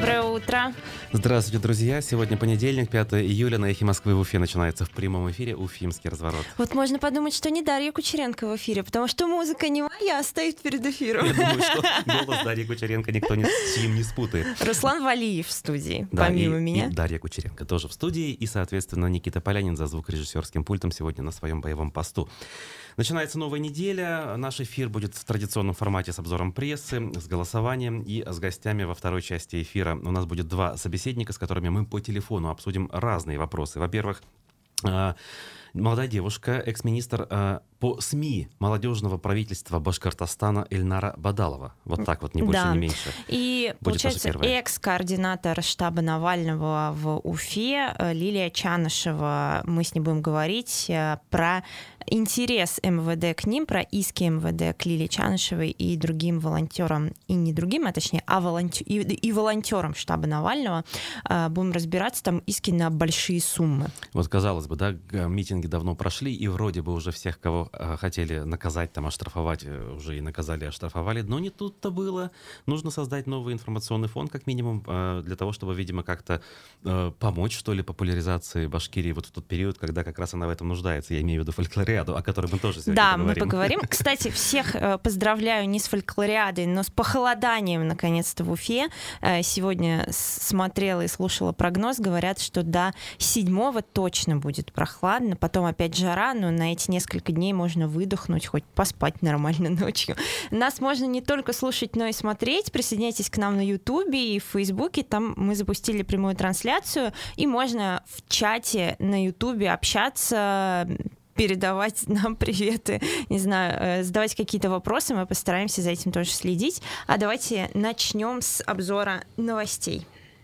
Доброе утро. Здравствуйте, друзья. Сегодня понедельник, 5 июля. На «Эхе Москвы» в Уфе начинается в прямом эфире «Уфимский разворот». Вот можно подумать, что не Дарья Кучеренко в эфире, потому что музыка не моя, а стоит перед эфиром. Я думаю, что голос Дарьи Кучеренко никто ни с чем не спутает. Руслан Валиев в студии, Да, помимо меня. И Дарья Кучеренко тоже в студии. И, соответственно, Никита Полянин за звукорежиссерским пультом сегодня на своем боевом посту. Начинается новая неделя. Наш эфир будет в традиционном формате с обзором прессы, с голосованием и с гостями во второй части эфира. У нас будет два собеседника, с которыми мы по телефону обсудим разные вопросы. Во-первых, молодая девушка, экс-министр по СМИ молодежного правительства Башкортостана Эльнара Бадалова. Вот так вот, ни больше, Да. ни меньше. И, Будет получается, экс-координатор штаба Навального в Уфе Лилия Чанышева. Мы с ней будем говорить про интерес МВД к ним, про иски МВД к Лилии Чанышевой и другим волонтерам, и не другим, а точнее, и волонтерам штаба Навального. Будем разбираться, там иски на большие суммы. Вот, казалось бы, да, митинги давно прошли, и вроде бы уже всех, кого хотели наказать, там, оштрафовать, уже и наказали, и оштрафовали, но не тут-то было. Нужно создать новый информационный фонд, как минимум, для того, чтобы, видимо, как-то помочь, что ли, популяризации Башкирии вот в тот период, когда как раз она в этом нуждается. Я имею в виду фольклориаду, о которой мы тоже сегодня поговорим. Да, мы поговорим. Кстати, всех поздравляю не с фольклориадой, но с похолоданием, наконец-то, в Уфе. Сегодня смотрела и слушала прогноз. Говорят, что до 7-го точно будет прохладно. Потом опять жара, но на эти несколько дней можно выдохнуть, хоть поспать нормально ночью. Нас можно не только слушать, но и смотреть. Присоединяйтесь к нам на Ютубе и в Фейсбуке. Там мы запустили прямую трансляцию. И можно в чате на Ютубе общаться, передавать нам приветы, не знаю, задавать какие-то вопросы, мы постараемся за этим тоже следить. А давайте начнем с обзора новостей.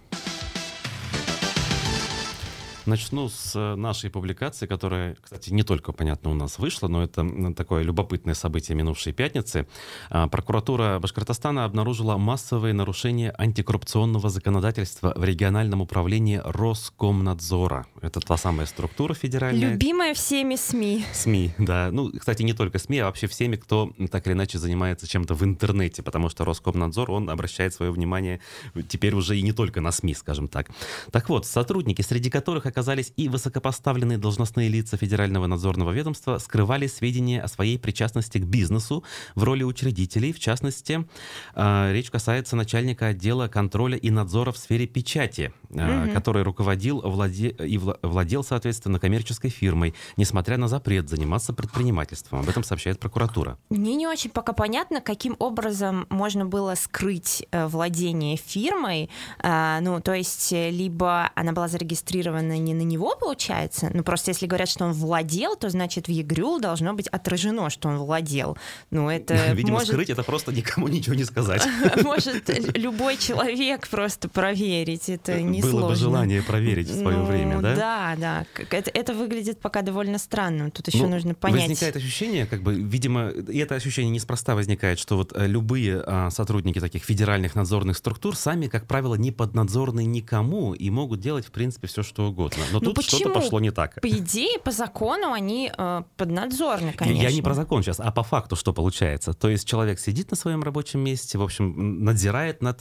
Начну с нашей публикации, которая, кстати, не только, понятно, у нас вышла, но это такое любопытное событие минувшей пятницы. Прокуратура Башкортостана обнаружила массовые нарушения антикоррупционного законодательства в региональном управлении Роскомнадзора. Это та самая структура федеральная. Любимая всеми СМИ. СМИ, да. Ну, кстати, не только СМИ, а вообще всеми, кто так или иначе занимается чем-то в интернете, потому что Роскомнадзор, он обращает свое внимание теперь уже и не только на СМИ, скажем так. Так вот, сотрудники, среди которых оказались и высокопоставленные должностные лица Федерального надзорного ведомства, скрывали сведения о своей причастности к бизнесу в роли учредителей. В частности, речь касается начальника отдела контроля и надзора в сфере печати, который руководил и владел, соответственно, коммерческой фирмой, несмотря на запрет заниматься предпринимательством. Об этом сообщает прокуратура. Мне не очень пока понятно, каким образом можно было скрыть владение фирмой. Ну, то есть, либо она была зарегистрирована не на него, получается, ну, просто если говорят, что он владел, то, значит, в ЕГРЮЛ должно быть отражено, что он владел. Ну, это видимо, может... скрыть — это просто никому ничего не сказать. Может любой человек просто проверить, это несложно. Было бы желание проверить в свое время, да? Да. Это выглядит пока довольно странным, тут еще нужно понять. Возникает ощущение, как бы, видимо, и это ощущение неспроста возникает, что вот любые сотрудники таких федеральных надзорных структур сами, как правило, не поднадзорны никому и могут делать, в принципе, все, что угодно. Но тут почему? Что-то пошло не так. По идее, по закону они поднадзорны, конечно. Я не про закон сейчас, а по факту что получается. То есть человек сидит на своем рабочем месте, в общем, надзирает над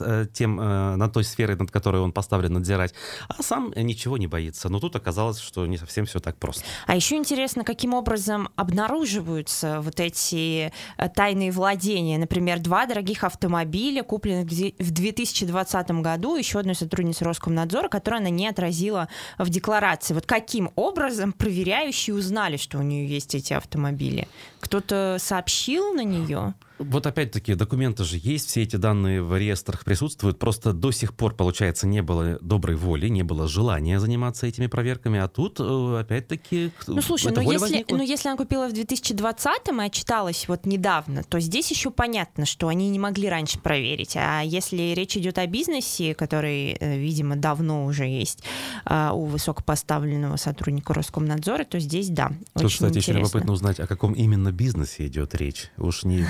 той сферой, над которой он поставлен надзирать, а сам ничего не боится. Но тут оказалось, что не совсем все так просто. А еще интересно, каким образом обнаруживаются вот эти тайные владения. Например, 2 дорогих автомобиля, купленных в 2020 году, еще одной сотрудницы Роскомнадзора, которую она не отразила в декларации. Вот каким образом проверяющие узнали, что у нее есть эти автомобили? Кто-то сообщил на нее? Вот опять-таки документы же есть, все эти данные в реестрах присутствуют, просто до сих пор, получается, не было доброй воли, не было желания заниматься этими проверками, а тут опять-таки слушай, если она купила в 2020-м и отчиталась вот недавно, то здесь еще понятно, что они не могли раньше проверить, а если речь идет о бизнесе, который, видимо, давно уже есть у высокопоставленного сотрудника Роскомнадзора, то здесь, да, тут, очень кстати, интересно. еще любопытно узнать, о каком именно бизнесе идет речь. Уж не бизнес ли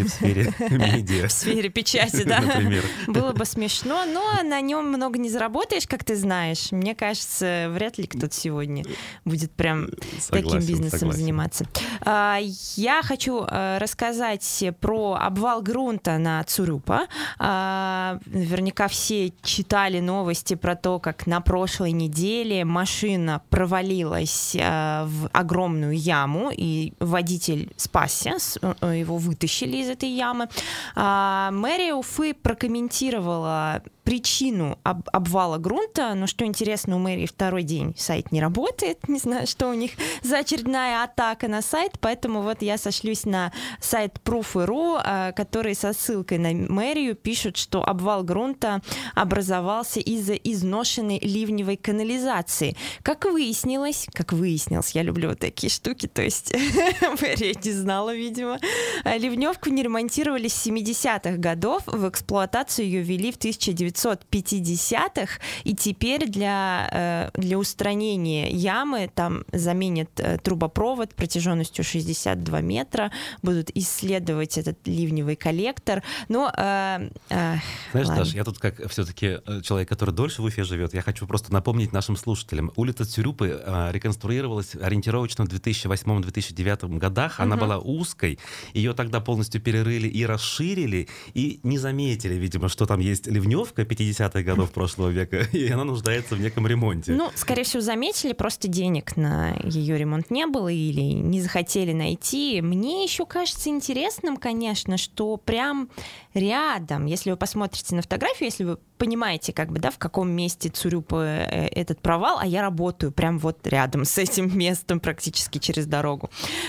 работает в сфере медиа. В сфере печати, да. Например. Было бы смешно, но на нем много не заработаешь, как ты знаешь. Мне кажется, вряд ли кто-то сегодня будет прям таким бизнесом заниматься. Я хочу рассказать про обвал грунта на Цурюпа. Наверняка все читали новости про то, как на прошлой неделе машина провалилась в огромную яму, и водитель спасся, его вытащили из этой ямы. Мэрия Уфы прокомментировала причину обвала грунта, но что интересно, у мэрии второй день сайт не работает, не знаю, что у них за очередная атака на сайт, поэтому вот я сошлюсь на сайт Proof.ru, который со ссылкой на мэрию пишут, что обвал грунта образовался из-за изношенной ливневой канализации. Как выяснилось, я люблю вот такие штуки, то есть мэрия не знала, видимо, ливневку не ремонтировали с 70-х годов, в эксплуатацию ее ввели в 1950-х, и теперь для устранения ямы там заменят трубопровод протяженностью 62 метра, будут исследовать этот ливневый коллектор. Но, знаешь, Даш, я тут как все-таки человек, который дольше в Уфе живет, я хочу просто напомнить нашим слушателям. Улица Цюрюпы реконструировалась ориентировочно в 2008-2009 годах. Она была узкой, ее тогда полностью перерыли и расширили, и не заметили, видимо, что там есть ливневка 50-х годов прошлого века, и она нуждается в неком ремонте. Ну, скорее всего, заметили, просто денег на ее ремонт не было или не захотели найти. Мне еще кажется интересным, конечно, что прям рядом, если вы посмотрите на фотографию, если вы понимаете, как бы, да, в каком месте Цурюпа этот провал, а я работаю прям вот рядом с этим местом, практически через дорогу,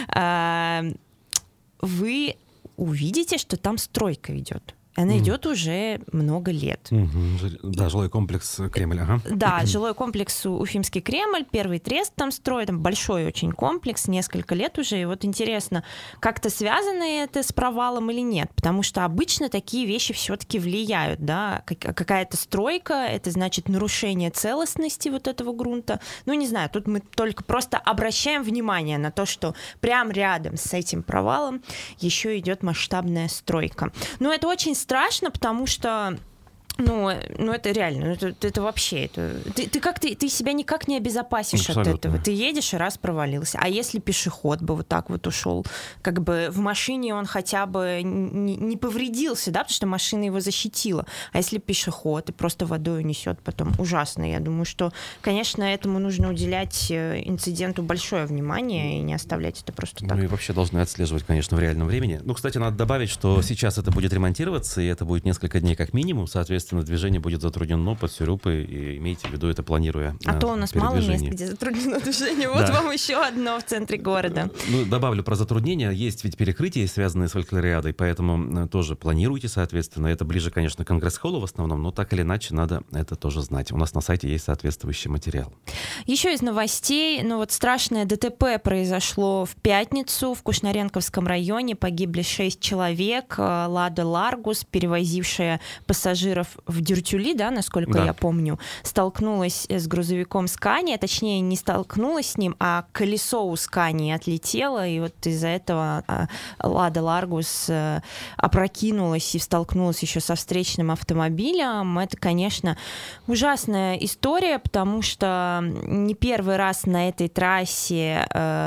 вы увидите, что там стройка идет. Она идет уже много лет. Да, жилой комплекс Кремль. Ага. Да, жилой комплекс Уфимский Кремль, первый трест там строят, там большой очень комплекс, несколько лет уже. И вот интересно, как-то связано это с провалом или нет? Потому что обычно такие вещи все-таки влияют, да? Какая-то стройка, это значит нарушение целостности вот этого грунта. Ну, не знаю, тут мы только просто обращаем внимание на то, что прямо рядом с этим провалом еще идет масштабная стройка. Но это очень страшно, потому что ну это реально, это вообще, ты себя никак не обезопасишь абсолютно. От этого. Ты едешь и раз провалился. А если пешеход бы вот так вот ушел, как бы в машине он хотя бы не повредился, да, потому что машина его защитила. А если пешеход и просто водой унесет потом, ужасно. Я думаю, что, конечно, этому нужно уделять инциденту большое внимание и не оставлять это просто так. Ну и вообще должны отслеживать, конечно, в реальном времени. Ну, кстати, надо добавить, что сейчас это будет ремонтироваться, и это будет несколько дней как минимум, соответственно, движение будет затруднено под Цюрюпой, и имейте в виду это, планируя А то у нас мало мест, где затруднено движение. Вот вам еще одно в центре города. Ну, добавлю про затруднения. Есть ведь перекрытия, связанные с фольклориадой, поэтому тоже планируйте, соответственно. Это ближе, конечно, к Конгресс-холлу в основном, но так или иначе надо это тоже знать. У нас на сайте есть соответствующий материал. Еще из новостей. Ну вот страшное ДТП произошло в пятницу в Кушнаренковском районе. Погибли 6 человек. Лада Ларгус, перевозившая пассажиров в Дюртюли, да, насколько я помню, столкнулась с грузовиком Скания, точнее, не столкнулась с ним, а колесо у Скании отлетело, и вот из-за этого Лада Ларгус опрокинулась и столкнулась еще со встречным автомобилем. Это, конечно, ужасная история, потому что не первый раз на этой трассе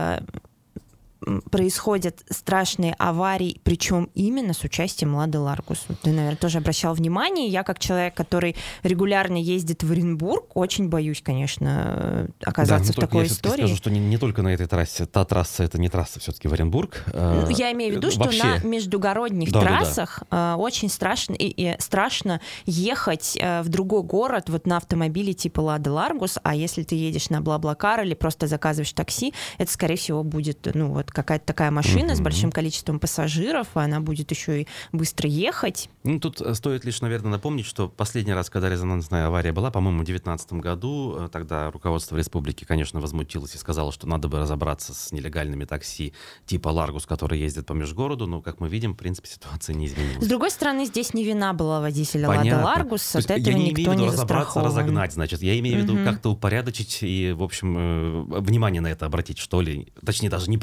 происходят страшные аварии, причем именно с участием Лады Ларгус. Ты, наверное, тоже обращал внимание. Я, как человек, который регулярно ездит в Оренбург, очень боюсь, конечно, оказаться в такой истории. Я скажу, что не только на этой трассе. Та трасса — это не трасса все-таки в Оренбург. Я имею в виду, что на междугородних трассах очень страшно, и страшно ехать в другой город вот на автомобиле типа Лада Ларгус, а если ты едешь на Блаблакар или просто заказываешь такси, это, скорее всего, будет, ну, вот какая-то такая машина с большим количеством пассажиров, и она будет еще и быстро ехать. Ну, тут стоит лишь, наверное, напомнить, что последний раз, когда резонансная авария была, по-моему, в 2019 году, тогда руководство республики, конечно, возмутилось и сказало, что надо бы разобраться с нелегальными такси типа Ларгус, которые ездят по межгороду, но, как мы видим, в принципе, ситуация не изменилась. С другой стороны, здесь не вина была водителя Лады Ларгус, от этого никто не застрахован. Я не имею в виду разобраться, разогнать, значит, я имею в виду как-то упорядочить и, в общем, внимание на это обратить, что ли. Точнее, даже не просто внимание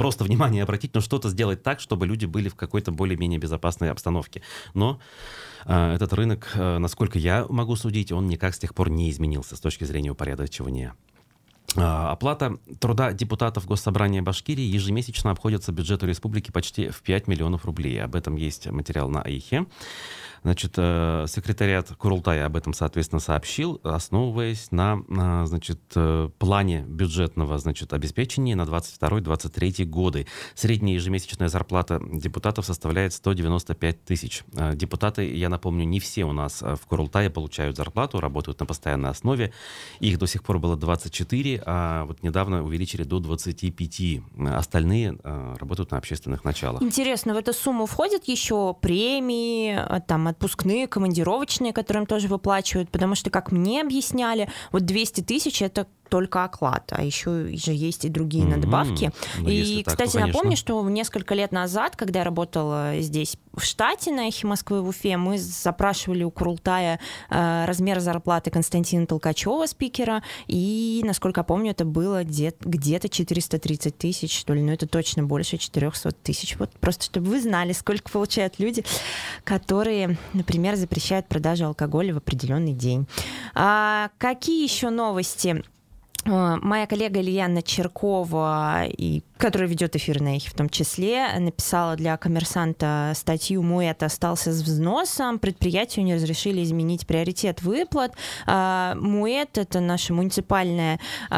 внимание обратить, но что-то сделать так, чтобы люди были в какой-то более-менее безопасной обстановке. Но этот рынок, насколько я могу судить, он никак с тех пор не изменился с точки зрения упорядочивания. Оплата труда депутатов Госсобрания Башкирии ежемесячно обходится бюджету республики почти в 5 миллионов рублей. Об этом есть материал на Айхе. Значит, секретариат Курултая об этом, соответственно, сообщил, основываясь на, значит, плане бюджетного, значит, обеспечения на 22-23 годы. Средняя ежемесячная зарплата депутатов составляет 195 тысяч. Депутаты, я напомню, не все у нас в Курултае получают зарплату, работают на постоянной основе. Их до сих пор было 24, а вот недавно увеличили до 25. Остальные работают на общественных началах. Интересно, в эту сумму входят еще премии, там, отпускные, командировочные, которым тоже выплачивают, потому что, как мне объясняли, вот 200 тысяч — это только оклад, а еще же есть и другие надбавки. И, так, кстати, напомню, что несколько лет назад, когда я работала здесь в штате на Эхе Москвы в Уфе, мы запрашивали у Курултая размер зарплаты Константина Толкачева, спикера, и, насколько я помню, это было где-то 430 тысяч, что ли, но это точно больше 400 тысяч. Вот просто, чтобы вы знали, сколько получают люди, которые, например, запрещают продажу алкоголя в определенный день. Какие еще новости? Моя коллега Ильяна Черкова, которая ведет эфир на Эхе в том числе, написала для «Коммерсанта» статью «МУЭТ остался с взносом, предприятию не разрешили изменить приоритет выплат». МУЭТ — это наша муниципальная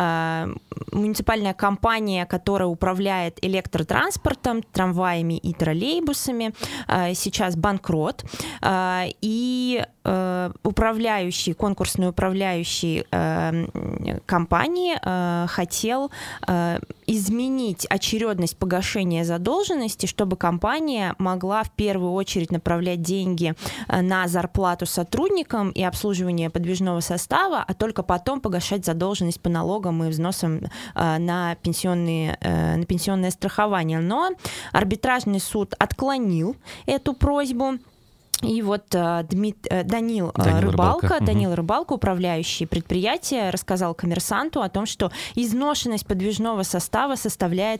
компания, которая управляет электротранспортом, трамваями и троллейбусами. Сейчас банкрот. И конкурсный управляющий компании хотел изменить очередность погашения задолженности, чтобы компания могла в первую очередь направлять деньги на зарплату сотрудникам и обслуживание подвижного состава, а только потом погашать задолженность по налогам и взносам на пенсионное страхование. Но арбитражный суд отклонил эту просьбу. И вот Данил Рыбалко, управляющий предприятие, рассказал «Коммерсанту» о том, что изношенность подвижного состава составляет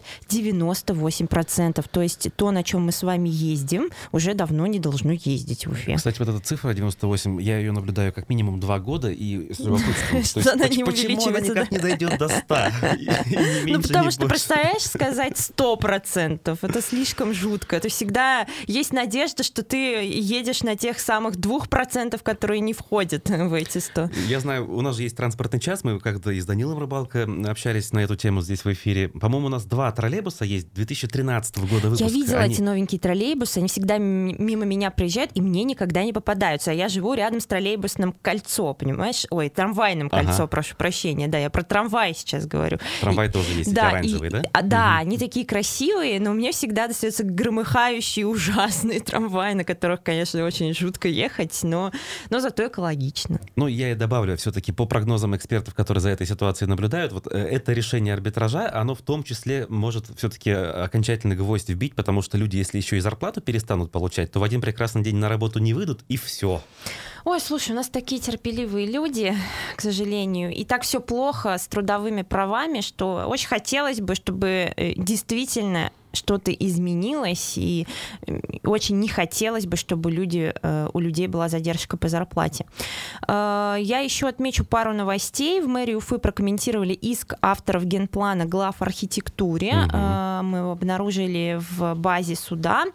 98%. То есть то, на чем мы с вами ездим, уже давно не должно ездить в Уфе. Кстати, вот эта цифра 98, я ее наблюдаю как минимум 2 года, и с любопытством. Что она не увеличивается. Почему она никак не дойдет до 100? Ну, потому что, представляешь, сказать 100%, это слишком жутко. То всегда есть надежда, что ты едешь на тех самых 2%, которые не входят в эти 100. Я знаю, у нас же есть транспортный час, мы как-то и с Данилом Рыбалко общались на эту тему здесь в эфире. По-моему, у нас 2 троллейбуса есть 2013 года выпуска. Я видела эти новенькие троллейбусы, они всегда мимо меня приезжают, и мне никогда не попадаются. А я живу рядом с троллейбусным кольцо, понимаешь? Ой, трамвайным кольцо, прошу прощения. Да, я про трамвай сейчас говорю. Трамвай тоже есть, да, оранжевые, да? Да, они такие красивые, но мне всегда достается громыхающие, ужасные трамваи, на которых, конечно, очень жутко ехать, но зато экологично. Ну, я и добавлю, все-таки по прогнозам экспертов, которые за этой ситуацией наблюдают, вот это решение арбитража, оно в том числе может все-таки окончательный гвоздь вбить, потому что люди, если еще и зарплату перестанут получать, то в один прекрасный день на работу не выйдут, и все. Ой, слушай, у нас такие терпеливые люди, к сожалению, и так все плохо с трудовыми правами, что очень хотелось бы, чтобы действительно что-то изменилось, и очень не хотелось бы, чтобы у людей была задержка по зарплате. Я еще отмечу пару новостей. В мэрии Уфы прокомментировали иск авторов генплана глав архитектуре. Мы его обнаружили в базе суда.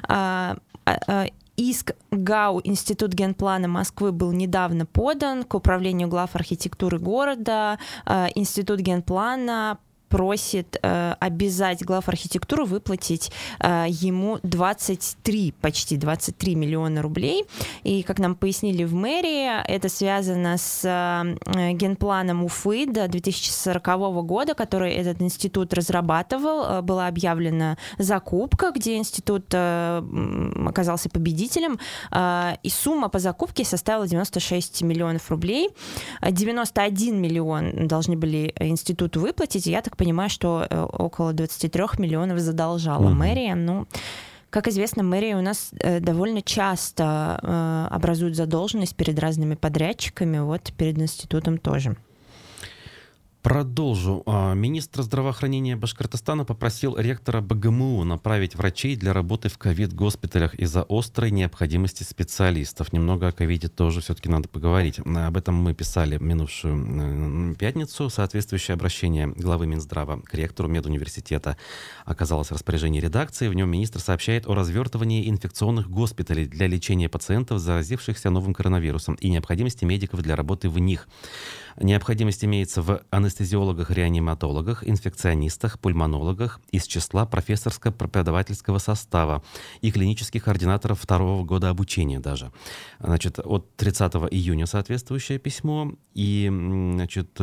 Иск ГАУ Институт генплана Москвы был недавно подан к управлению глав архитектуры города. Институт генплана просит обязать глав архитектуры выплатить ему почти 23 миллиона рублей. И, как нам пояснили в мэрии, это связано с генпланом Уфы до 2040 года, который этот институт разрабатывал. Была объявлена закупка, где институт оказался победителем, и сумма по закупке составила 96 миллионов рублей. 91 миллион должны были институту выплатить, и я так понимаю, что около 23 миллионов задолжала мэрия. Ну, как известно, мэрии у нас довольно часто образуют задолженность перед разными подрядчиками, вот перед институтом тоже. Продолжу. Министр здравоохранения Башкортостана попросил ректора БГМУ направить врачей для работы в ковид-госпиталях из-за острой необходимости специалистов. Немного о ковиде тоже все-таки надо поговорить. Об этом мы писали минувшую пятницу. Соответствующее обращение главы Минздрава к ректору медуниверситета оказалось в распоряжении редакции. В нем министр сообщает о развертывании инфекционных госпиталей для лечения пациентов, заразившихся новым коронавирусом, и необходимости медиков для работы в них. Необходимость имеется в анестезиологах, реаниматологах, инфекционистах, пульмонологах из числа профессорско-преподавательского состава и клинических ординаторов второго года обучения даже. Значит, от 30 июня соответствующее письмо. И, значит,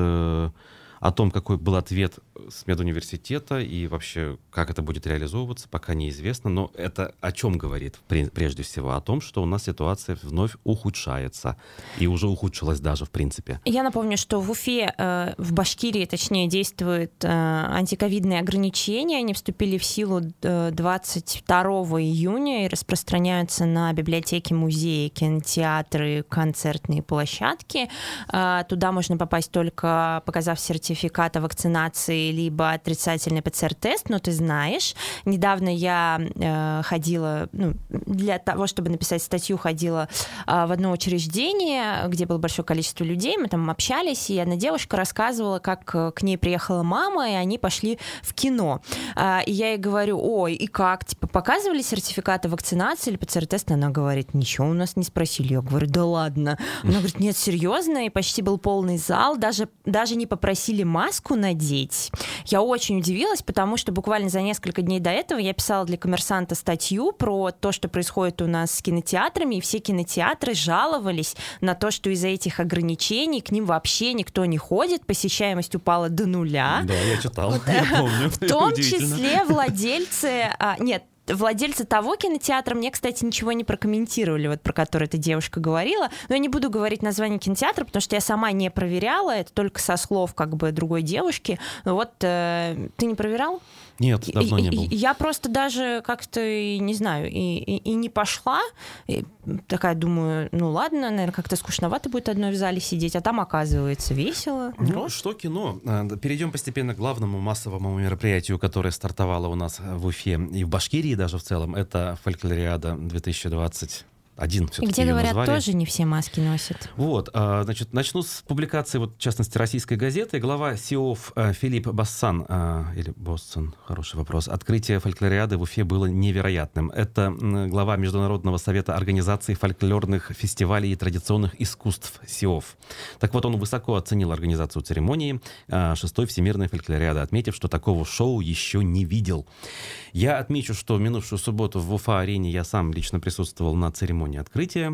о том, какой был ответ с медуниверситета и вообще, как это будет реализовываться, пока неизвестно. Но это о чем говорит? Прежде всего о том, что у нас ситуация вновь ухудшается. И уже ухудшилась даже, в принципе. Я напомню, что в Уфе, в Башкирии, точнее, действуют антиковидные ограничения. Они вступили в силу 22 июня и распространяются на библиотеки, музеи, кинотеатры, концертные площадки. Туда можно попасть только показав сертификат о вакцинации либо отрицательный ПЦР-тест, но ты знаешь, недавно я ходила, для того, чтобы написать статью, ходила в одно учреждение, где было большое количество людей, мы там общались, и одна девушка рассказывала, как к ней приехала мама, и они пошли в кино. И я ей говорю: ой, и как, типа, показывали сертификат о вакцинации или ПЦР-тест? Она говорит: ничего у нас не спросили. Я говорю: да ладно. Она говорит: нет, серьезно, и почти был полный зал, даже не попросили маску надеть. Я очень удивилась, потому что буквально за несколько дней до этого я писала для «Коммерсанта» статью про то, что происходит у нас с кинотеатрами, и все кинотеатры жаловались на то, что из-за этих ограничений к ним вообще никто не ходит, посещаемость упала до нуля. Да, я читал, я помню. В том числе владельцы... Владельцы того кинотеатра мне, кстати, ничего не прокомментировали, вот про который эта девушка говорила. Но я не буду говорить название кинотеатра, потому что я сама не проверяла, это только со слов как бы другой девушки. Но вот ты не проверял? Нет, давно не был. Я просто даже как-то, не знаю, и не пошла. И такая думаю, ну ладно, наверное, как-то скучновато будет одной в зале сидеть, а там, оказывается, весело. Ну, что кино? Перейдем постепенно к главному массовому мероприятию, которое стартовало у нас в Уфе и в Башкирии даже в целом. Это Фольклориада 2020. И где, говорят, назвали. Тоже не все маски носят. Вот, значит, начну с публикации, вот, в частности, российской газеты. Глава СИОФ Филипп Бассан, или Боссан, хороший вопрос. Открытие фольклориады в Уфе было невероятным. Это глава Международного совета организации фольклорных фестивалей и традиционных искусств СИОФ. Так вот, он высоко оценил организацию церемонии 6-й Всемирной фольклориады, отметив, что такого шоу еще не видел. Я отмечу, что в минувшую субботу в Уфа-арене я сам лично присутствовал на церемонии открытия.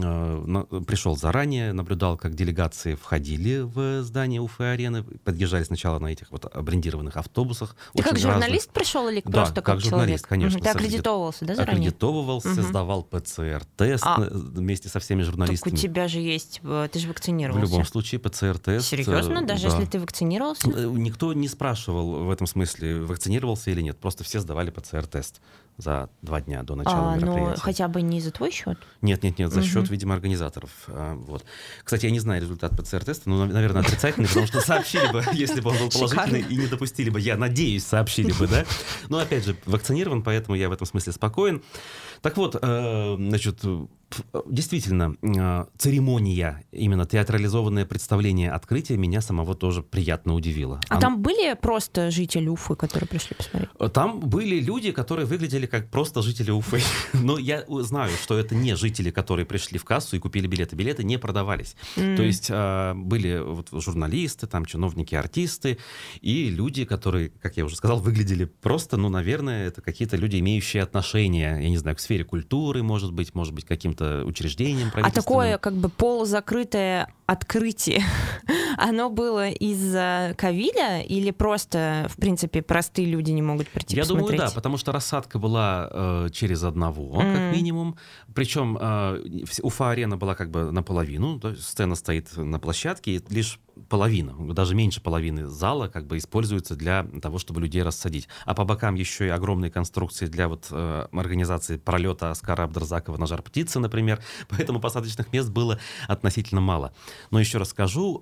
Пришел заранее, наблюдал, как делегации входили в здание Уфы-арены, подъезжали сначала на этих вот брендированных автобусах. Ты как журналист пришел или просто как журналист, человек? Конечно. Ты аккредитовывался, да, заранее? Аккредитовывался, сдавал ПЦР-тест вместе со всеми журналистами. Так у тебя же есть, ты же вакцинировался. В любом случае ПЦР-тест. Серьезно? Даже если ты вакцинировался? Никто не спрашивал в этом смысле, вакцинировался или нет. Просто все сдавали ПЦР-тест за 2 дня до начала мероприятия. Но хотя бы не за твой счет? Нет, за счет, видимо, организаторов. Вот. Кстати, я не знаю результат ПЦР-теста, но, наверное, отрицательный, потому что сообщили бы, если бы он был положительный, и не допустили бы. Я надеюсь, сообщили бы, да? Но, опять же, вакцинирован, поэтому я в этом смысле спокоен. Так вот, значит, действительно, церемония, именно театрализованное представление открытия меня самого тоже приятно удивило. Там были просто жители Уфы, которые пришли посмотреть? Там были люди, которые выглядели как просто жители Уфы. Но я знаю, что это не жители, которые пришли в кассу и купили билеты. Билеты не продавались. То есть были вот журналисты, там чиновники, артисты и люди, которые, как я уже сказал, выглядели просто, наверное, это какие-то люди, имеющие отношение, я не знаю, к сфере культуры, может быть, каким-то учреждением правительственным. А такое как бы полузакрытое открытие, оно было из-за ковида или просто, в принципе, простые люди не могут прийти посмотреть? Я думаю, да, потому что рассадка была через одного, как минимум. Причем Уфа-арена была как бы наполовину, то есть сцена стоит на площадке, и лишь половина, даже меньше половины зала как бы используется для того, чтобы людей рассадить. А по бокам еще и огромные конструкции для вот организации пролета Оскара Абдразакова на «Жар птицы», например. Поэтому посадочных мест было относительно мало. Но еще раз скажу, то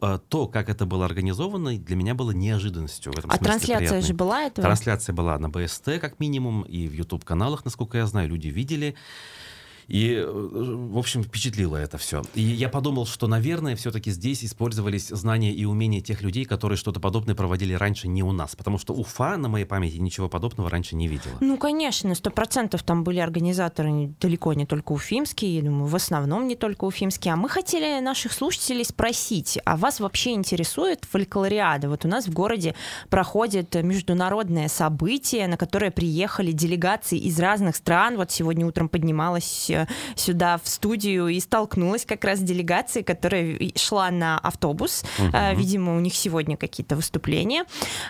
то, как это было организовано, для меня было неожиданностью. В этом смысле трансляция приятной. же была этого? Трансляция была на БСТ, как минимум, и в YouTube-каналах, насколько я знаю, люди видели. И, в общем, впечатлило это все. И я подумал, что, наверное, все-таки здесь использовались знания и умения тех людей, которые что-то подобное проводили раньше не у нас. Потому что Уфа, на моей памяти, ничего подобного раньше не видела. Ну, конечно, 100% там были организаторы далеко не только уфимские, я думаю, в основном не только уфимские. А мы хотели наших слушателей спросить, а вас вообще интересует фольклориада? Вот у нас в городе проходит международное событие, на которое приехали делегации из разных стран. Вот сегодня утром поднималась сюда в студию и столкнулась как раз с делегацией, которая шла на автобус. Видимо, у них сегодня какие-то выступления.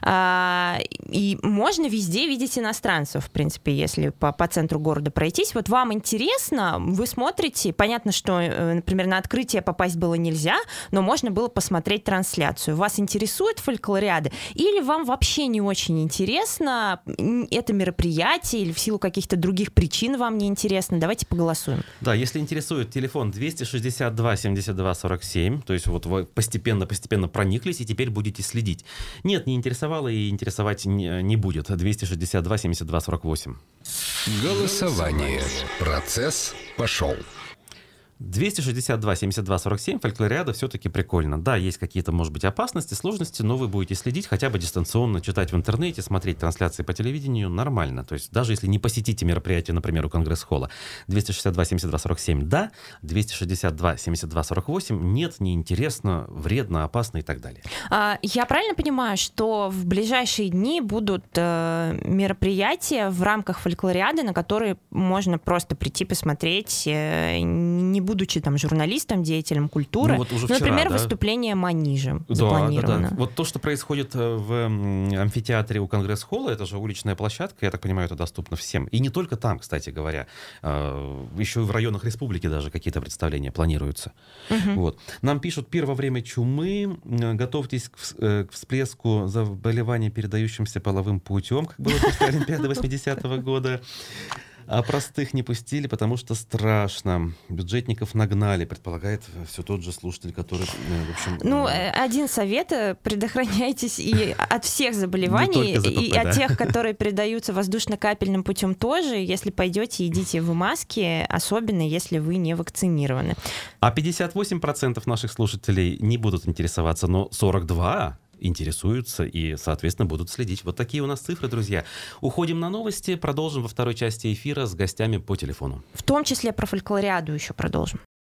И можно везде видеть иностранцев, в принципе, если по центру города пройтись. Вот вам интересно, вы смотрите, понятно, что, например, на открытие попасть было нельзя, но можно было посмотреть трансляцию. Вас интересует фольклориада? Или вам вообще не очень интересно это мероприятие, или в силу каких-то других причин вам не интересно? Давайте поговорим. Да, если интересует, телефон 262 72 47, то есть вот вы постепенно прониклись и теперь будете следить. Нет, не интересовало и интересовать не будет. 262 72 48. Голосование. Процесс пошел. 262 72 47, фольклориада все-таки прикольно. Да, есть какие-то, может быть, опасности, сложности, но вы будете следить хотя бы дистанционно, читать в интернете, смотреть трансляции по телевидению нормально. То есть даже если не посетите мероприятие, например, у Конгресс-холла, 262 72 47 да, 262 72 48 нет, неинтересно, вредно, опасно и так далее. Я правильно понимаю, что в ближайшие дни будут мероприятия в рамках фольклориады, на которые можно просто прийти посмотреть, не будучи там журналистом, деятелем культуры. Ну, вот уже вчера, например, да? выступление Манижа запланировано. Да. Вот то, что происходит в амфитеатре у Конгресс-холла, это же уличная площадка, я так понимаю, это доступно всем. И не только там, кстати говоря. Еще и в районах республики даже какие-то представления планируются. Вот. Нам пишут: первое время чумы, готовьтесь к всплеску заболеваний, передающимся половым путем, как было после Олимпиады 80-го года. А простых не пустили, потому что страшно. Бюджетников нагнали, предполагает все тот же слушатель, который, в общем... Ну, один совет: предохраняйтесь и от всех заболеваний, и от тех, которые передаются воздушно-капельным путем тоже. Если пойдете, идите в маске, особенно если вы не вакцинированы. А 58% наших слушателей не будут интересоваться, но 42% интересуются и, соответственно, будут следить. Вот такие у нас цифры, друзья. Уходим на новости, продолжим во второй части эфира с гостями по телефону. В том числе про фольклориаду еще продолжим.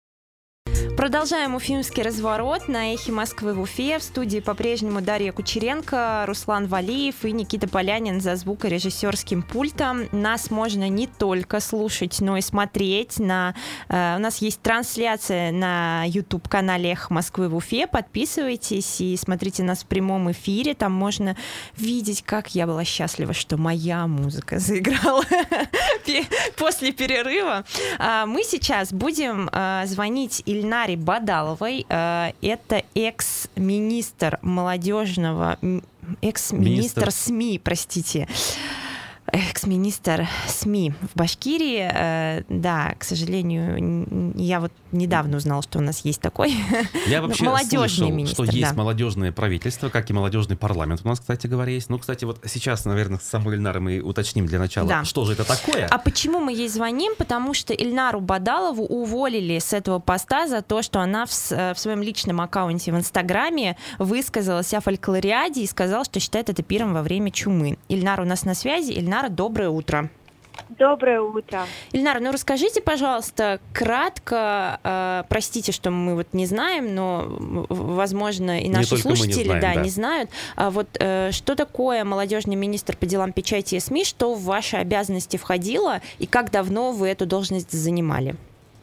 Продолжаем уфимский разворот на Эхе Москвы в Уфе. В студии по-прежнему Дарья Кучеренко, Руслан Валиев и Никита Полянин за звукорежиссерским пультом. Нас можно не только слушать, но и смотреть. У нас есть трансляция на YouTube-канале Эхо Москвы в Уфе. Подписывайтесь и смотрите нас в прямом эфире. Там можно видеть, как я была счастлива, что моя музыка заиграла после перерыва. Мы сейчас будем звонить Ильнаре Бадаловой. Это экс-министр СМИ, простите. Экс-министр СМИ в Башкирии. Да, к сожалению, я вот недавно узнала, что у нас есть такой я вообще молодежный слышал, министр. что есть молодежное правительство, как и молодежный парламент у нас, кстати говоря, есть. Ну, кстати, вот сейчас, наверное, с самой Ильнарой мы уточним для начала, что же это такое. А почему мы ей звоним? Потому что Ильнару Бадалову уволили с этого поста за то, что она в своем личном аккаунте в Инстаграме высказалась о фольклориаде и сказала, что считает это пиром во время чумы. Ильнара у нас на связи. Ильнара, доброе утро. Доброе утро. Ильнара, ну расскажите, пожалуйста, кратко, простите, что мы вот не знаем, но, возможно, и наши слушатели не знают, вот что такое молодежный министр по делам печати и СМИ, что в ваши обязанности входило и как давно вы эту должность занимали?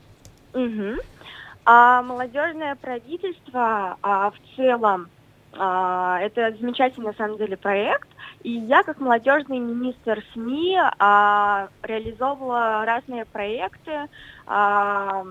Молодежное правительство в целом это замечательный, на самом деле, проект. И я, как молодежный министр СМИ, реализовывала разные проекты. В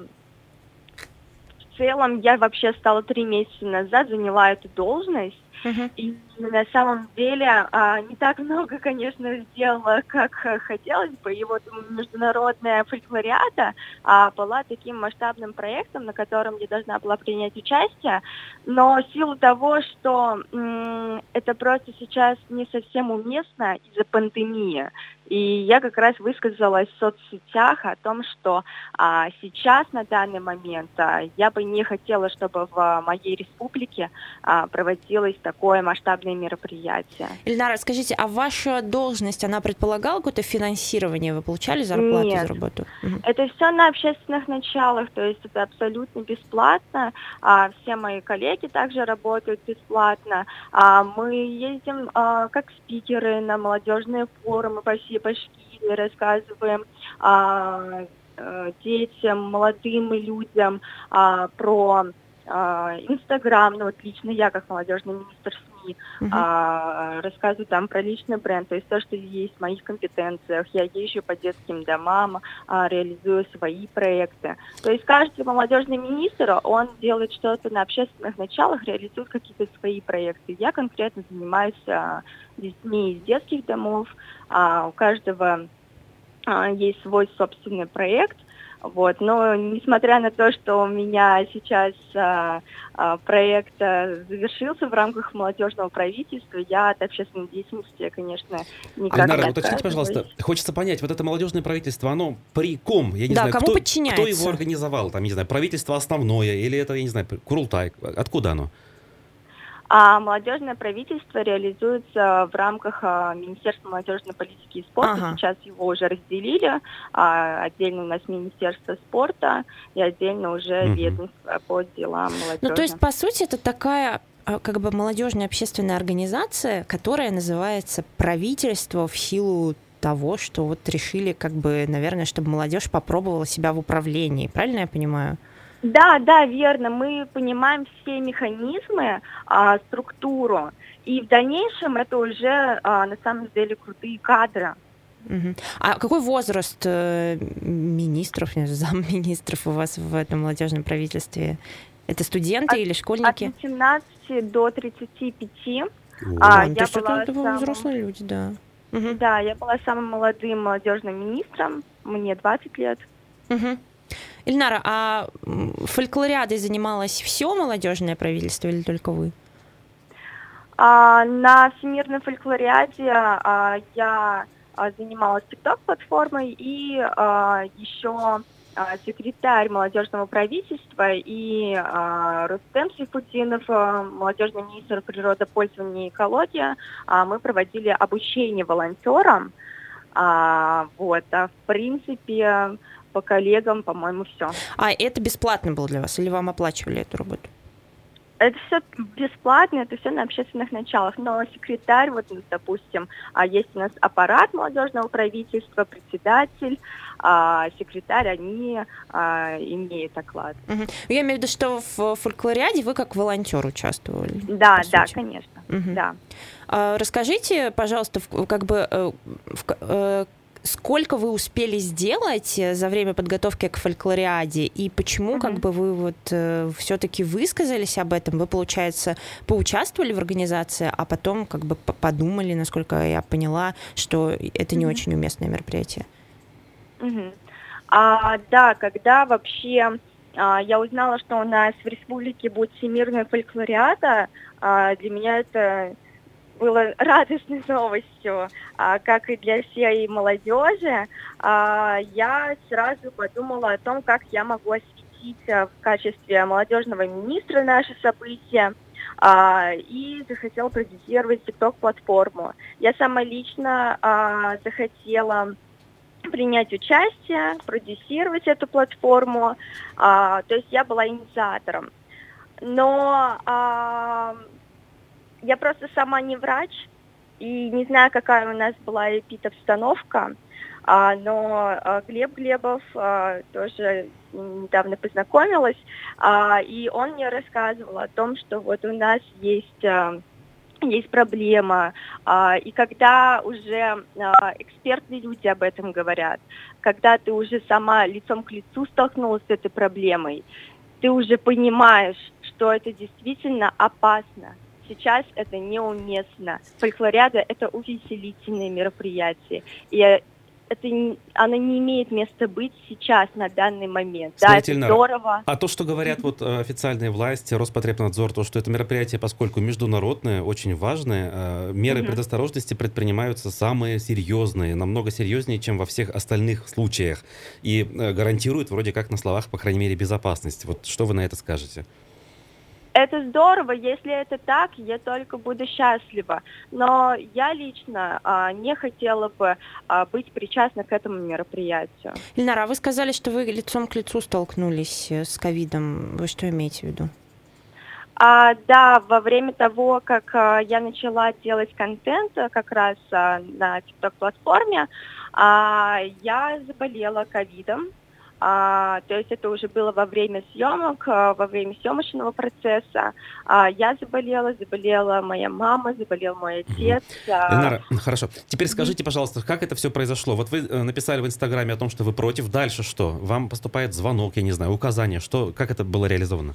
целом, я вообще стала 3 месяца назад, заняла эту должность. И на самом деле не так много, конечно, сделала, как хотелось бы. И вот международная фольклориада была таким масштабным проектом, на котором я должна была принять участие. Но в силу того, что это просто сейчас не совсем уместно из-за пандемии, и я как раз высказалась в соцсетях о том, что сейчас, на данный момент, я бы не хотела, чтобы в моей республике проводилось такое масштабное мероприятие. Ильнара, скажите, а ваша должность, она предполагала какое-то финансирование? Вы получали зарплату Нет. за работу? Это все на общественных началах, то есть это абсолютно бесплатно. Все мои коллеги также работают бесплатно. Мы ездим как спикеры на молодежные форумы по всей Башкирии, рассказываем детям, молодым людям про Инстаграм, ну вот лично я, как молодежный министр СМИ, рассказываю там про личный бренд, то есть то, что есть в моих компетенциях. Я езжу по детским домам, реализую свои проекты. То есть каждый молодежный министр, он делает что-то на общественных началах, реализует какие-то свои проекты. Я конкретно занимаюсь детьми из детских домов, у каждого есть свой собственный проект. Вот. Но несмотря на то, что у меня сейчас проект завершился в рамках молодежного правительства, я от общественной деятельности, конечно, никак не Ильнара, отказываюсь. уточните, пожалуйста, хочется понять, вот это молодежное правительство, оно при ком? Я не Да, знаю, кому кто подчиняется? его организовал? Там, не знаю, правительство основное или это, я не знаю, Курултай? Откуда оно? Молодежное правительство реализуется в рамках Министерства молодежной политики и спорта. Сейчас его уже разделили. Отдельно у нас Министерство спорта и отдельно уже ведомство по делам молодежи. Ну, то есть, по сути, это такая как бы молодежная общественная организация, которая называется правительство в силу того, что вот решили, как бы, наверное, чтобы молодежь попробовала себя в управлении. Правильно я понимаю? Да, верно. Мы понимаем все механизмы, структуру, и в дальнейшем это уже на самом деле крутые кадры. А какой возраст министров, замминистров у вас в этом молодежном правительстве? Это студенты или школьники? От 18 до 35. То есть это взрослые люди, да. Да, я была самым молодым молодежным министром, мне 20 лет. Ильнара, а фольклориадой занималось все молодежное правительство или только вы? На Всемирной фольклориаде я занималась TikTok-платформой и еще секретарь молодежного правительства и Рустем Сейфутдинов, молодежный министр природопользования и экологии. Мы проводили обучение волонтерам. В принципе, по коллегам, по-моему, все. А это бесплатно было для вас или вам оплачивали эту работу? Это все бесплатно, это все на общественных началах. Но секретарь, вот, допустим, есть у нас аппарат молодежного правительства, председатель, секретарь, они имеют оклад. Я имею в виду, что в фольклориаде вы как волонтер участвовали. Да, конечно. Да. Расскажите, пожалуйста, как бы сколько вы успели сделать за время подготовки к фольклориаде и почему как бы вы вот все-таки высказались об этом? Вы, получается, поучаствовали в организации, а потом как бы подумали, насколько я поняла, что это не очень уместное мероприятие. Да, когда вообще я узнала, что у нас в республике будет всемирная фольклориада, для меня это было радостной новостью, как и для всей молодежи. Я сразу подумала о том, как я могу осветить в качестве молодежного министра наше событие, и захотела продюсировать TikTok-платформу. Я сама лично захотела принять участие, продюсировать эту платформу, то есть я была инициатором. Но я просто сама не врач и не знаю, какая у нас была эпид-обстановка, но Глеб Глебов тоже недавно познакомилась, и он мне рассказывал о том, что вот у нас есть проблема, и когда уже экспертные люди об этом говорят, когда ты уже сама лицом к лицу столкнулась с этой проблемой, ты уже понимаешь, что это действительно опасно сейчас это неуместно. Фольклориада — это увеселительное мероприятие. И оно не имеет места быть сейчас, на данный момент. Да, это здорово. А то, что говорят вот официальные власти, Роспотребнадзор, то, что это мероприятие, поскольку международное, очень важное, меры предосторожности предпринимаются самые серьезные, намного серьезнее, чем во всех остальных случаях. И гарантируют вроде как на словах, по крайней мере, безопасность. Вот что вы на это скажете? Это здорово, если это так, я только буду счастлива. Но я лично не хотела бы быть причастна к этому мероприятию. Ильнара, а вы сказали, что вы лицом к лицу столкнулись с ковидом. Вы что имеете в виду? Да, во время того, как я начала делать контент как раз на TikTok-платформе, я заболела ковидом. То есть это уже было во время съемок, во время съемочного процесса. Я заболела моя мама, заболел мой отец. Ильнара, хорошо. Теперь скажите, пожалуйста, как это все произошло? Вот вы написали в Инстаграме о том, что вы против. Дальше что? Вам поступает звонок, я не знаю, указание. Как это было реализовано?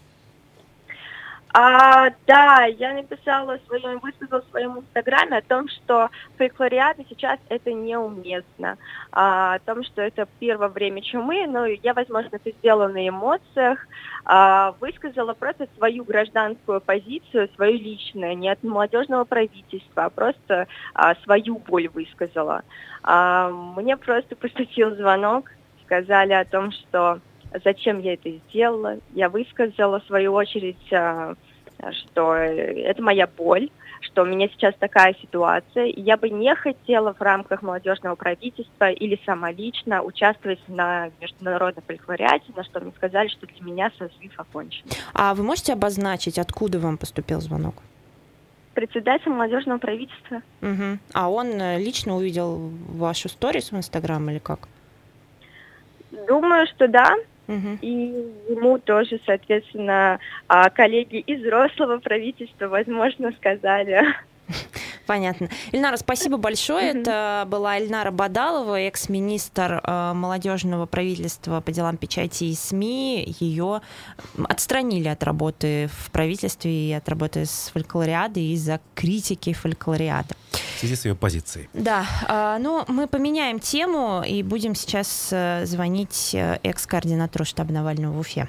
Да, я высказала в своем инстаграме о том, что фольклориада сейчас это неуместно, о том, что это первое время чумы, но я, возможно, это сделала на эмоциях, высказала просто свою гражданскую позицию, свою личную, не от молодежного правительства, а просто свою боль высказала. Мне просто поступил звонок, сказали о том, что зачем я это сделала. Я высказала, в свою очередь, что это моя боль, что у меня сейчас такая ситуация, и я бы не хотела в рамках молодежного правительства или сама лично участвовать на международной фольклориаде, на что мне сказали, что для меня созыв окончен. А вы можете обозначить, откуда вам поступил звонок? Председатель молодежного правительства. Угу. А он лично увидел вашу сторис в Инстаграм или как? Думаю, что да. И ему тоже, соответственно, коллеги из взрослого правительства, возможно, сказали. Понятно. Ильнара, спасибо большое. Это была Ильнара Бадалова, экс-министр молодежного правительства по делам печати и СМИ. Ее отстранили от работы в правительстве и от работы с фольклориадой из-за критики фольклориады. В связи с ее позицией. Да. Ну, мы поменяем тему и будем сейчас звонить экс-координатору штаба Навального в Уфе.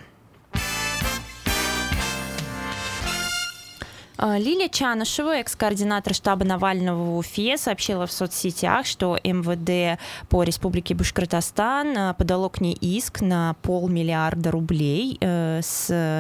Лилия Чанышева, экс-координатор штаба Навального в Уфе, сообщила в соцсетях, что МВД по Республике Башкортостан подало к ней иск на 500 миллиона рублей с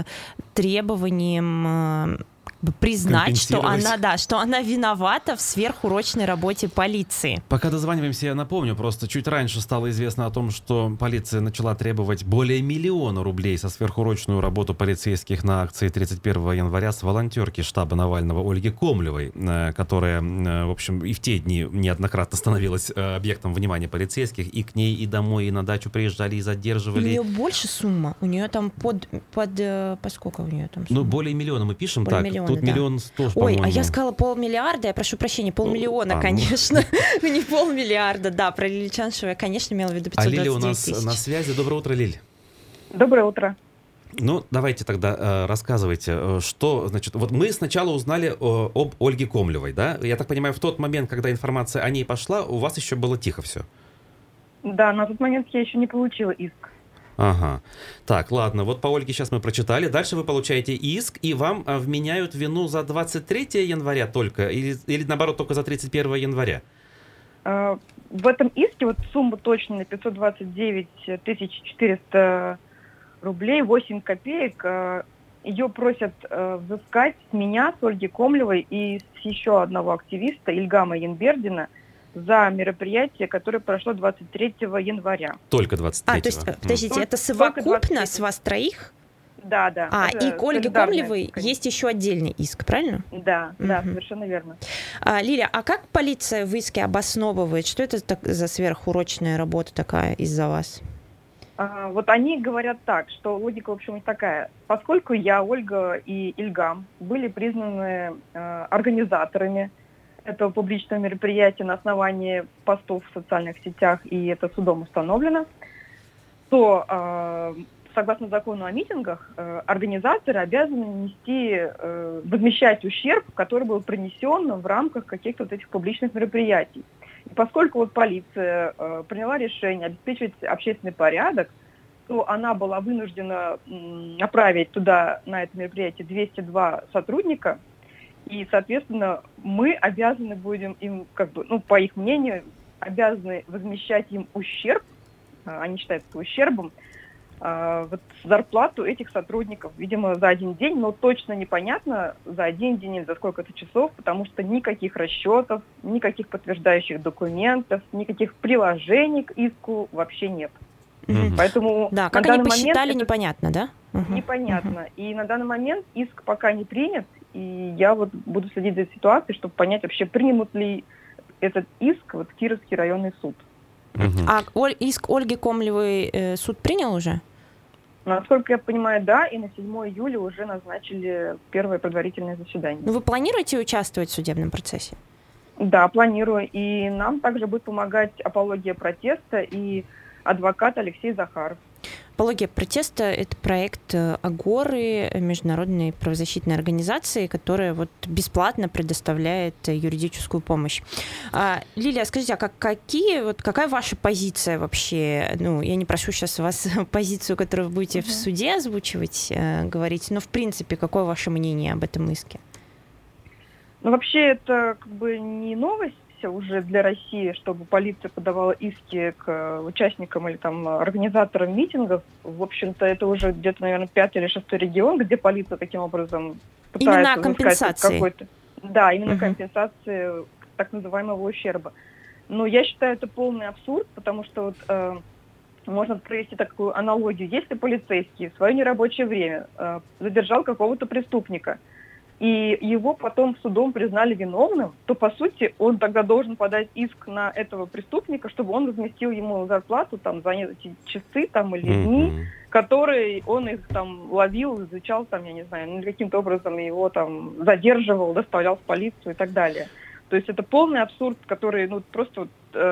требованием признать, что она виновата в сверхурочной работе полиции. Пока дозваниваемся, я напомню, просто чуть раньше стало известно о том, что полиция начала требовать более 1 миллиона рублей за сверхурочную работу полицейских на акции 31 января с волонтерки штаба Навального Ольги Комлевой, которая, в общем, и в те дни неоднократно становилась объектом внимания полицейских, и к ней, и домой, и на дачу приезжали, и задерживали. У нее больше сумма? У нее там по сколько у нее там сумма? Ну, более 1 миллиона мы пишем, более так. Миллиона, тут 1 100 000, по-моему. Ой, а я сказала 500 миллиона, я прошу прощения, 500 миллиона, конечно. Не 500 миллиона, да, про Лилию Чанышеву я, конечно, имела в виду 529 тысяч. А Лиля у нас на связи. Доброе утро, Лиль. Доброе утро. Ну, давайте тогда рассказывайте, что, значит, вот мы сначала узнали об Ольге Комлевой, да? Я так понимаю, в тот момент, когда информация о ней пошла, у вас еще было тихо все. Да, на тот момент я еще не получила иск. Ага. Так, ладно, вот по Ольге сейчас мы прочитали. Дальше вы получаете иск, и вам вменяют вину за 23 января только, или наоборот, только за 31 января? В этом иске вот сумма точно на 529 400 рублей, 8 копеек. Ее просят взыскать с меня, с Ольги Комлевой и с еще одного активиста, Ильгама Янбердина, за мероприятие, которое прошло 23 января. Только 23-го. То есть, подождите, это совокупно с вас троих? Да. И к Ольге Комлевой есть еще отдельный иск, правильно? Да, совершенно верно. Лиля, а как полиция в иске обосновывает, что это за сверхурочная работа такая из-за вас? Вот они говорят так, что логика, в общем, такая. Поскольку я, Ольга и Ильгам были признаны организаторами этого публичного мероприятия на основании постов в социальных сетях, и это судом установлено, то согласно закону о митингах, организаторы обязаны возмещать ущерб, который был принесен в рамках каких-то вот этих публичных мероприятий. И поскольку вот полиция приняла решение обеспечивать общественный порядок, то она была вынуждена направить туда, на это мероприятие, 202 сотрудника, и, соответственно, мы обязаны будем им, по их мнению, обязаны возмещать им ущерб, они считают это ущербом, зарплату этих сотрудников, видимо, за один день, но точно непонятно, за один день или за сколько-то часов, потому что никаких расчетов, никаких подтверждающих документов, никаких приложений к иску вообще нет. Поэтому да, как они посчитали, непонятно, да? Непонятно. И на данный момент иск пока не принят, и я вот буду следить за ситуацией, чтобы понять вообще, примут ли этот иск в Кировский районный суд. А иск Ольги Комлевой суд принял уже? Насколько я понимаю, да, и на 7 июля уже назначили первое предварительное заседание. Вы планируете участвовать в судебном процессе? Да, планирую. И нам также будет помогать «Апология протеста» и адвокат Алексей Захаров. «Апология протеста» — это проект Агоры, международной правозащитной организации, которая вот бесплатно предоставляет юридическую помощь. Лилия, скажите, а какая ваша позиция вообще? Ну, я не прошу сейчас вас позицию, которую вы будете в суде озвучивать, говорить, но в принципе, какое ваше мнение об этом иске? Ну, вообще, это не новость уже для России, чтобы полиция подавала иски к участникам или там организаторам митингов. В общем-то, это уже где-то, наверное, 5-й или 6-й регион, где полиция таким образом пытается... Именно компенсации. Да, именно компенсации так называемого ущерба. Но я считаю, это полный абсурд, потому что можно провести такую аналогию. Если полицейский в свое нерабочее время задержал какого-то преступника, и его потом судом признали виновным, то, по сути, он тогда должен подать иск на этого преступника, чтобы он возместил ему зарплату там, за эти часы там, или дни, которые он их там ловил, изучал, там, я не знаю, каким-то образом его там задерживал, доставлял в полицию и так далее. То есть это полный абсурд, который просто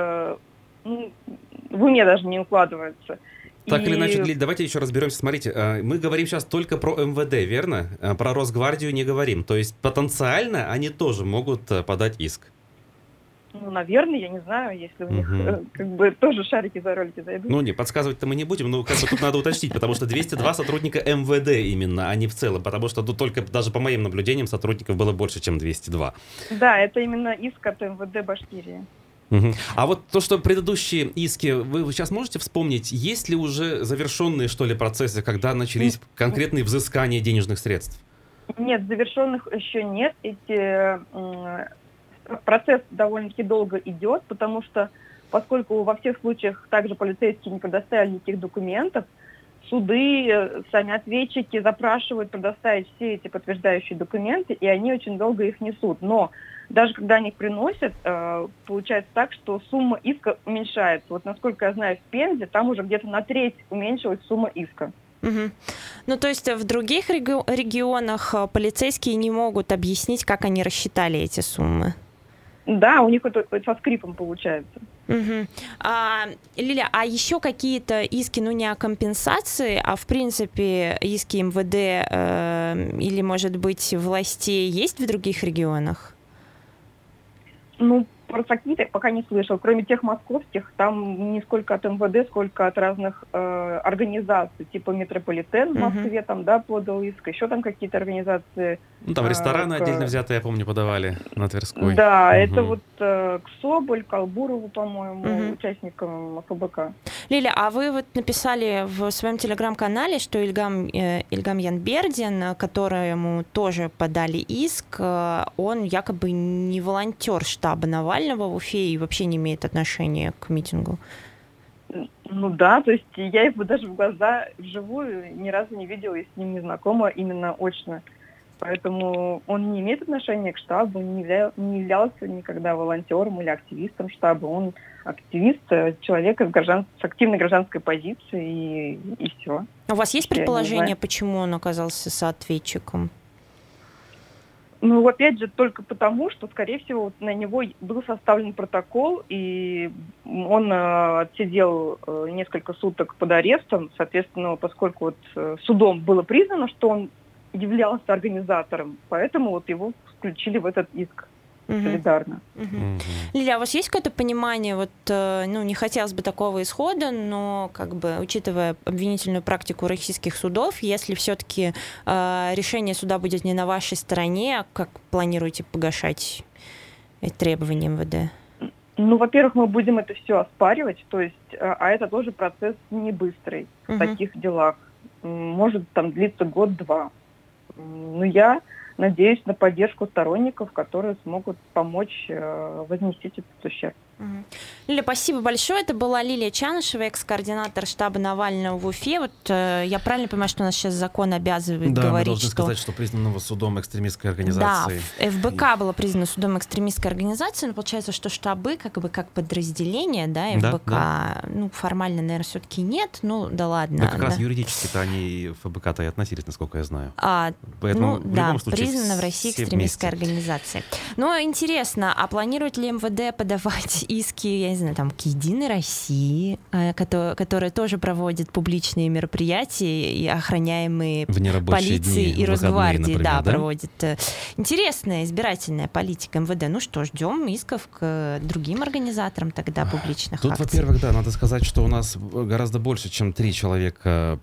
в уме даже не укладывается. Так или иначе, Лиль, давайте еще разберемся. Смотрите, мы говорим сейчас только про МВД, верно? Про Росгвардию не говорим. То есть потенциально они тоже могут подать иск. Ну, наверное, я не знаю, если у них тоже шарики за ролики зайдут. Ну, не, подсказывать-то мы не будем, но тут надо уточнить, потому что 202 сотрудника МВД именно, а не в целом, потому что тут только даже по моим наблюдениям сотрудников было больше, чем 202. Да, это именно иск от МВД Башкирии. А вот то, что предыдущие иски, вы сейчас можете вспомнить, есть ли уже завершенные, что ли, процессы, когда начались конкретные взыскания денежных средств? Нет, завершенных еще нет. Процесс довольно-таки долго идет, потому что, поскольку во всех случаях также полицейские не предоставили никаких документов, суды, сами ответчики запрашивают предоставить все эти подтверждающие документы, и они очень долго их несут. Но даже когда они их приносят, получается так, что сумма иска уменьшается. Вот насколько я знаю, в Пензе там уже где-то на треть уменьшилась сумма иска. Ну, то есть в других регионах полицейские не могут объяснить, как они рассчитали эти суммы? Да, у них это со скрипом получается. Лиля, а еще какие-то иски, не о компенсации, а в принципе иски МВД или, может быть, властей есть в других регионах? Ну, про такие пока не слышал. Кроме тех московских, там не сколько от МВД, сколько от разных организаций, типа Метрополитен в Москве, там, да, подал иск, еще там какие-то организации. Ну, там рестораны отдельно взятые, я помню, подавали на Тверской. Да, это вот к Соболь, Колбурову, по-моему, участникам ФБК. Лиля, а вы вот написали в своем телеграм-канале, что Ильгам Янбердин, которому тоже подали иск, он якобы не волонтер штаба Навального в Уфе и вообще не имеет отношения к митингу. Ну да, то есть я его даже в глаза вживую ни разу не видела и с ним не знакома именно очно. Поэтому он не имеет отношения к штабу, не являлся никогда волонтером или активистом штаба. Он активист, человек с активной гражданской позицией и все. А у вас есть предположение, почему он оказался соответчиком? Ну, опять же, только потому, что, скорее всего, вот на него был составлен протокол, и он отсидел несколько суток под арестом. Соответственно, поскольку вот судом было признано, что он являлся организатором, поэтому вот его включили в этот иск солидарно. Лиля, а у вас есть какое-то понимание, вот, ну, не хотелось бы такого исхода, но, как бы, учитывая обвинительную практику российских судов, если все-таки решение суда будет не на вашей стороне, как планируете погашать эти требования МВД? Ну, во-первых, мы будем это все оспаривать, то есть, а это тоже процесс не быстрый в таких делах. Может там длиться год-два. Но я надеюсь на поддержку сторонников, которые смогут помочь возместить этот ущерб. Лиля, спасибо большое. Это была Лилия Чанышева, экс-координатор штаба Навального в Уфе. Вот я правильно понимаю, что у нас сейчас закон обязывает говорить, мы должны что... сказать, что признанного судом экстремистской организации. Да, ФБК было признано судом экстремистской организации, но получается, что штабы как подразделения, да, ФБК, ну, формально, наверное, все-таки нет, ну, да ладно. Да, как раз юридически-то они ФБК-то и относились, насколько я знаю. Поэтому, ну, да, признана в России экстремистской организацией. Но интересно, а планирует ли МВД подавать иски, я не знаю, там, к «Единой России», которая тоже проводит публичные мероприятия и охраняемые полицией и Росгвардией, да, проводит. Интересная избирательная политика МВД. Ну что, ждем исков к другим организаторам тогда публичных Тут, акций. во-первых, да, надо сказать, что у нас гораздо больше, чем 3 человека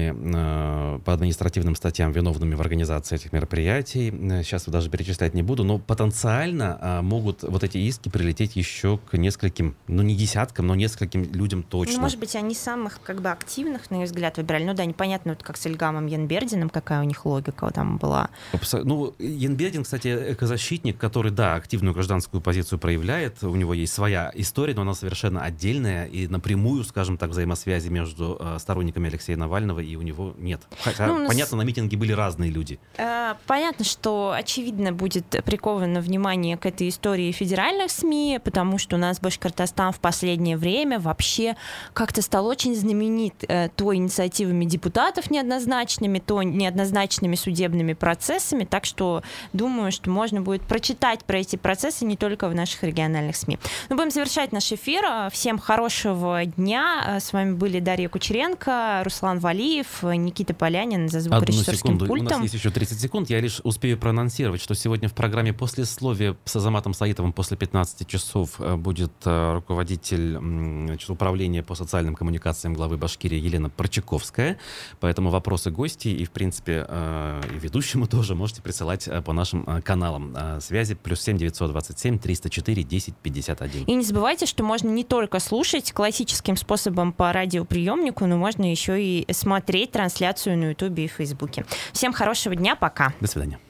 признаны по административным статьям виновными в организации этих мероприятий. Сейчас даже перечислять не буду, но потенциально могут вот эти иски прилететь еще к нескольким, ну не десяткам, но нескольким людям точно. Ну, может быть, они самых как бы активных, на мой взгляд, выбирали. Ну да, непонятно, вот как с Ильгамом Янбердиным, какая у них логика там была. Ну, Янбердин, кстати, экозащитник, который, да, активную гражданскую позицию проявляет. У него есть своя история, но она совершенно отдельная, и напрямую, скажем так, взаимосвязи между сторонниками Алексея Навального и у него нет. Хотя, ну, понятно, на митинге были разные люди. Понятно, что, очевидно, будет приковано внимание к этой истории федеральных СМИ, потому что у нас Башкортостан в последнее время вообще как-то стал очень знаменит то инициативами депутатов неоднозначными, то неоднозначными судебными процессами, так что думаю, что можно будет прочитать про эти процессы не только в наших региональных СМИ. Мы будем завершать наш эфир. Всем хорошего дня. С вами были Дарья Кучеренко, Руслан Валиев, Никита Полянин за звукорежиссерским пультом. У нас есть еще 30 секунд. Я лишь успею проанонсировать, что сегодня в программе «Послесловие» с Азаматом Саитовым после 15 часов будет руководитель управления по социальным коммуникациям главы Башкирии Елена Прочаковская. Поэтому вопросы гостей и, в принципе, и ведущему тоже можете присылать по нашим каналам связи. +7 927 304 10 51. И не забывайте, что можно не только слушать классическим способом по радиоприемнику, но можно еще и смотреть трансляцию на Ютубе и Фейсбуке. Всем хорошего дня, пока. До свидания.